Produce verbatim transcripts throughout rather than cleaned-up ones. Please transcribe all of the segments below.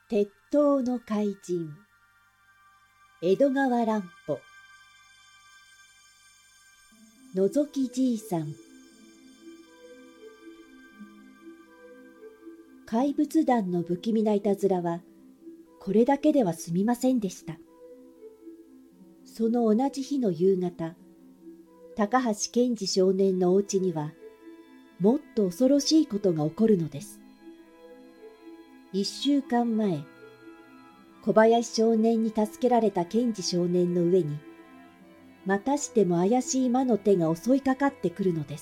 鉄塔の怪人、江戸川乱歩、のぞきじいさん。怪物団の不気味ないたずらはこれだけでは済みませんでした。その同じ日の夕方、高橋健二少年のお家にはもっと恐ろしいことが起こるのです。一週間前、小林少年に助けられた健二少年の上に、またしても怪しい魔の手が襲いかかってくるのです。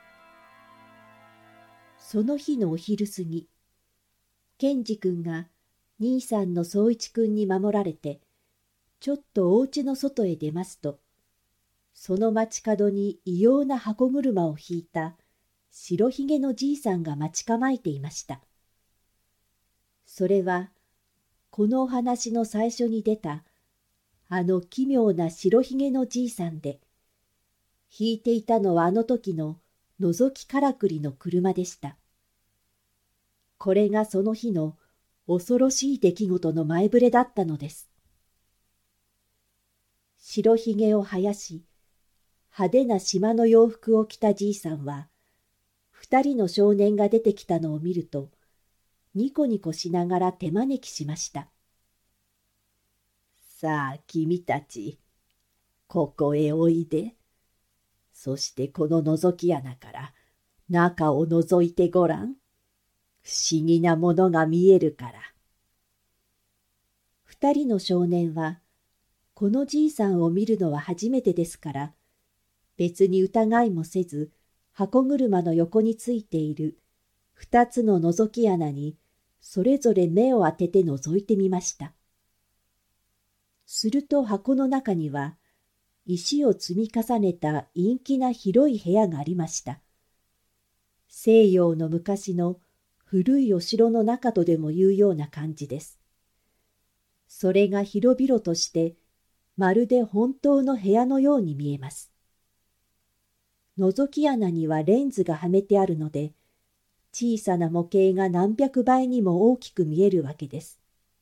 その日のお昼過ぎ、健二君が兄さんの宗一君に守られて、ちょっとお家の外へ出ますと、その街角に異様な箱車を引いた白ひげのじいさんが待ち構えていました。それは、このお話の最初に出た、あの奇妙な白ひげのじいさんで、引いていたのはあの時ののぞきからくりの車でした。これがその日の恐ろしい出来事の前触れだったのです。白ひげを生やし、派手な島の洋服を着たじいさんは、二人の少年が出てきたのを見ると、ニコニコしながら手招きしました。さあ君たち、ここへおいで。そしてこの覗き穴から中を覗いてごらん。不思議なものが見えるから。二人の少年は、このじいさんを見るのは初めてですから、別に疑いもせず、箱車の横についている二つの覗き穴にそれぞれ目を当てて覗いてみました。すると箱の中には石を積み重ねた陰気な広い部屋がありました。西洋の昔の古いお城の中とでもいうような感じです。それが広々としてまるで本当の部屋のように見えます。覗き穴にはレンズがはめてあるので、小さな模型が何百倍にも大きく見えるわけです。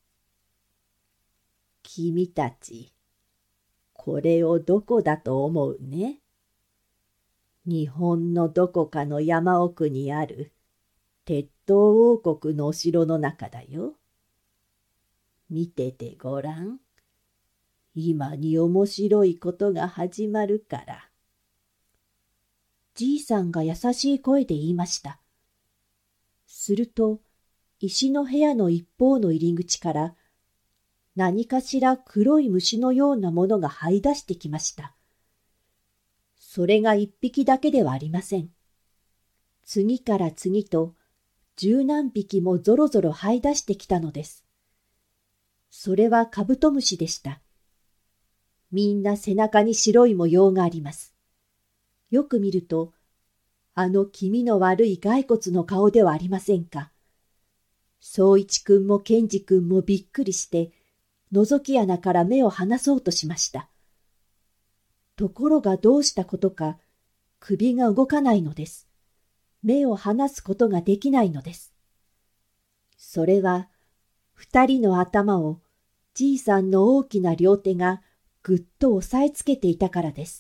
君たち、これをどこだと思うね。日本のどこかの山奥にある鉄塔王国のお城の中だよ。見ててごらん。今に面白いことが始まるから。じいさんが優しい声で言いました。すると、石の部屋の一方の入り口から、何かしら黒い虫のようなものが這い出してきました。それが一匹だけではありません。次から次と、十何匹もぞろぞろ這い出してきたのです。それはカブトムシでした。みんな背中に白い模様があります。よく見ると、あの気味の悪い骸骨の顔ではありませんか。宗一くんも健二くんもびっくりして、覗き穴から目を離そうとしました。ところがどうしたことか、首が動かないのです。目を離すことができないのです。それは、二人の頭をじいさんの大きな両手がぐっと押さえつけていたからです。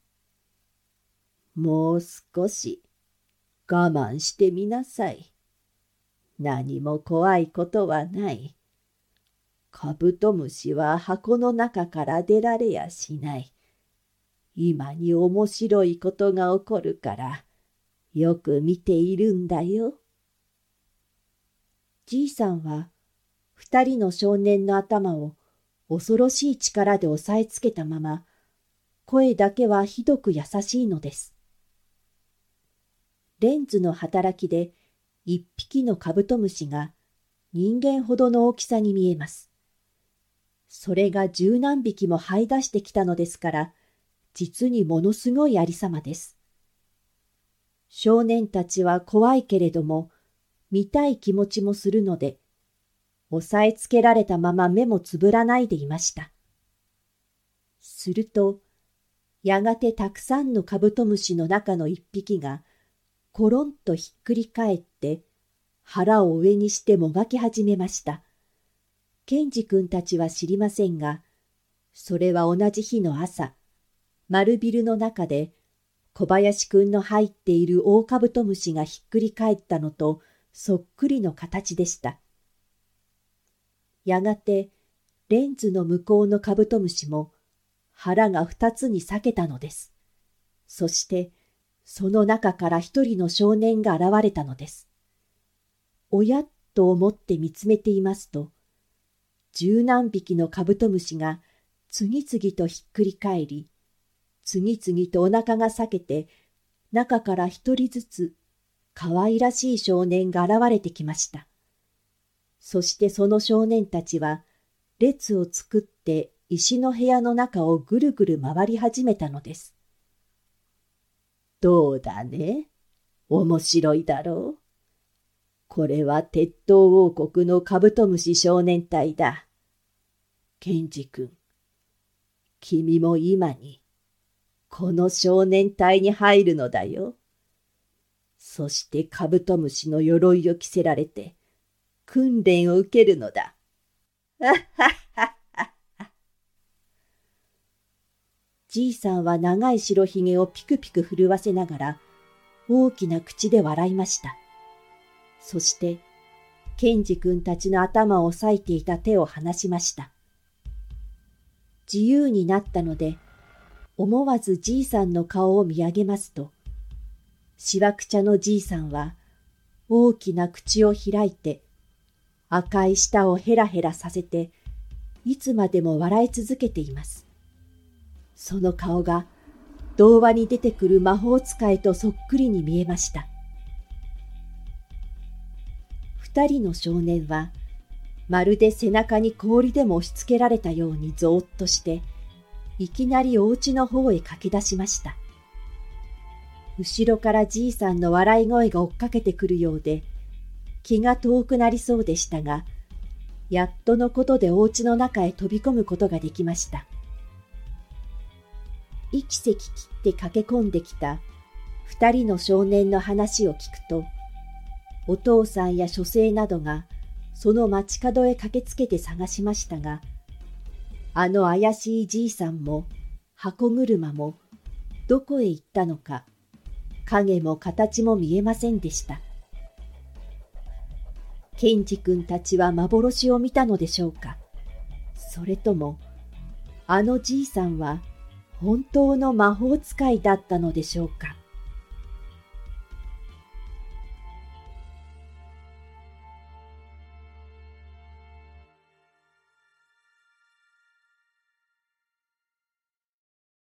もう少し我慢してみなさい。何も怖いことはない。カブトムシは箱の中から出られやしない。今に面白いことが起こるからよく見ているんだよ。じいさんは二人の少年の頭を恐ろしい力で押さえつけたまま、声だけはひどく優しいのです。レンズの働きで一匹のカブトムシが人間ほどの大きさに見えます。それが十何匹も這い出してきたのですから、実にものすごいありさまです。少年たちは怖いけれども、見たい気持ちもするので、押さえつけられたまま目もつぶらないでいました。すると、やがてたくさんのカブトムシの中の一匹が、コロンとひっくり返って腹を上にしてもがき始めました。 ケンジ君たちは知りませんが、それは同じ日の朝、丸ビルの中で小林くんの入っているオオカブトムシがひっくり返ったのとそっくりの形でした。やがてレンズの向こうのカブトムシも腹が二つに裂けたのです。そしてその中から一人の少年が現れたのです。おやっと思って見つめていますと、十何匹のカブトムシが次々とひっくり返り、次々とお腹が裂けて、中から一人ずつ可愛らしい少年が現れてきました。そしてその少年たちは列を作って石の部屋の中をぐるぐる回り始めたのです。どうだね。面白いだろう。これは鉄塔王国のカブトムシ少年隊だ。ケンジ君、君も今にこの少年隊に入るのだよ。そしてカブトムシの鎧を着せられて訓練を受けるのだ。じいさんは長い白ひげをピクピク震わせながら大きな口で笑いました。そしてケンジ君たちの頭を押さえていた手を離しました。自由になったので、思わずじいさんの顔を見上げますと、しわくちゃのじいさんは大きな口を開いて、赤い舌をヘラヘラさせて、いつまでも笑い続けています。その顔が童話に出てくる魔法使いとそっくりに見えました。二人の少年は、まるで背中に氷でも押し付けられたようにぞーっとして、いきなりお家の方へ駆け出しました。後ろからじいさんの笑い声が追っかけてくるようで、気が遠くなりそうでしたが、やっとのことでお家の中へ飛び込むことができました。息せき切って駆け込んできた二人の少年の話を聞くと、お父さんや書生などがその街角へ駆けつけて探しましたが、あの怪しいじいさんも箱車もどこへ行ったのか、影も形も見えませんでした。ケンジ君たちは幻を見たのでしょうか。それとも、あのじいさんは本当の魔法使いだったのでしょうか。